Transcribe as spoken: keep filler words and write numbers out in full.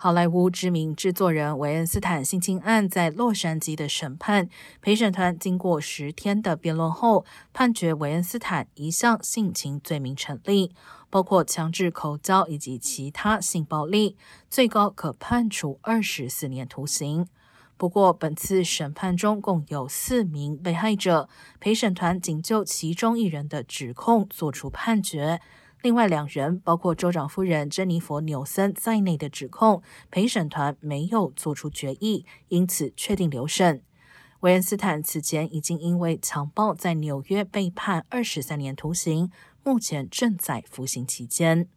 好莱坞知名制作人韦恩斯坦性侵案在洛杉矶的审判，陪审团经过十天的辩论后，判决韦恩斯坦一项性侵罪名成立，包括强制口交以及其他性暴力，最高可判处二十四年徒刑。不过，本次审判中共有四名被害者，陪审团仅就其中一人的指控作出判决。另外两人，包括州长夫人珍妮佛·纽森在内的指控，陪审团没有做出决议，因此确定留审。韦恩斯坦此前已经因为强暴在纽约被判二十三年徒刑，目前正在服刑期间。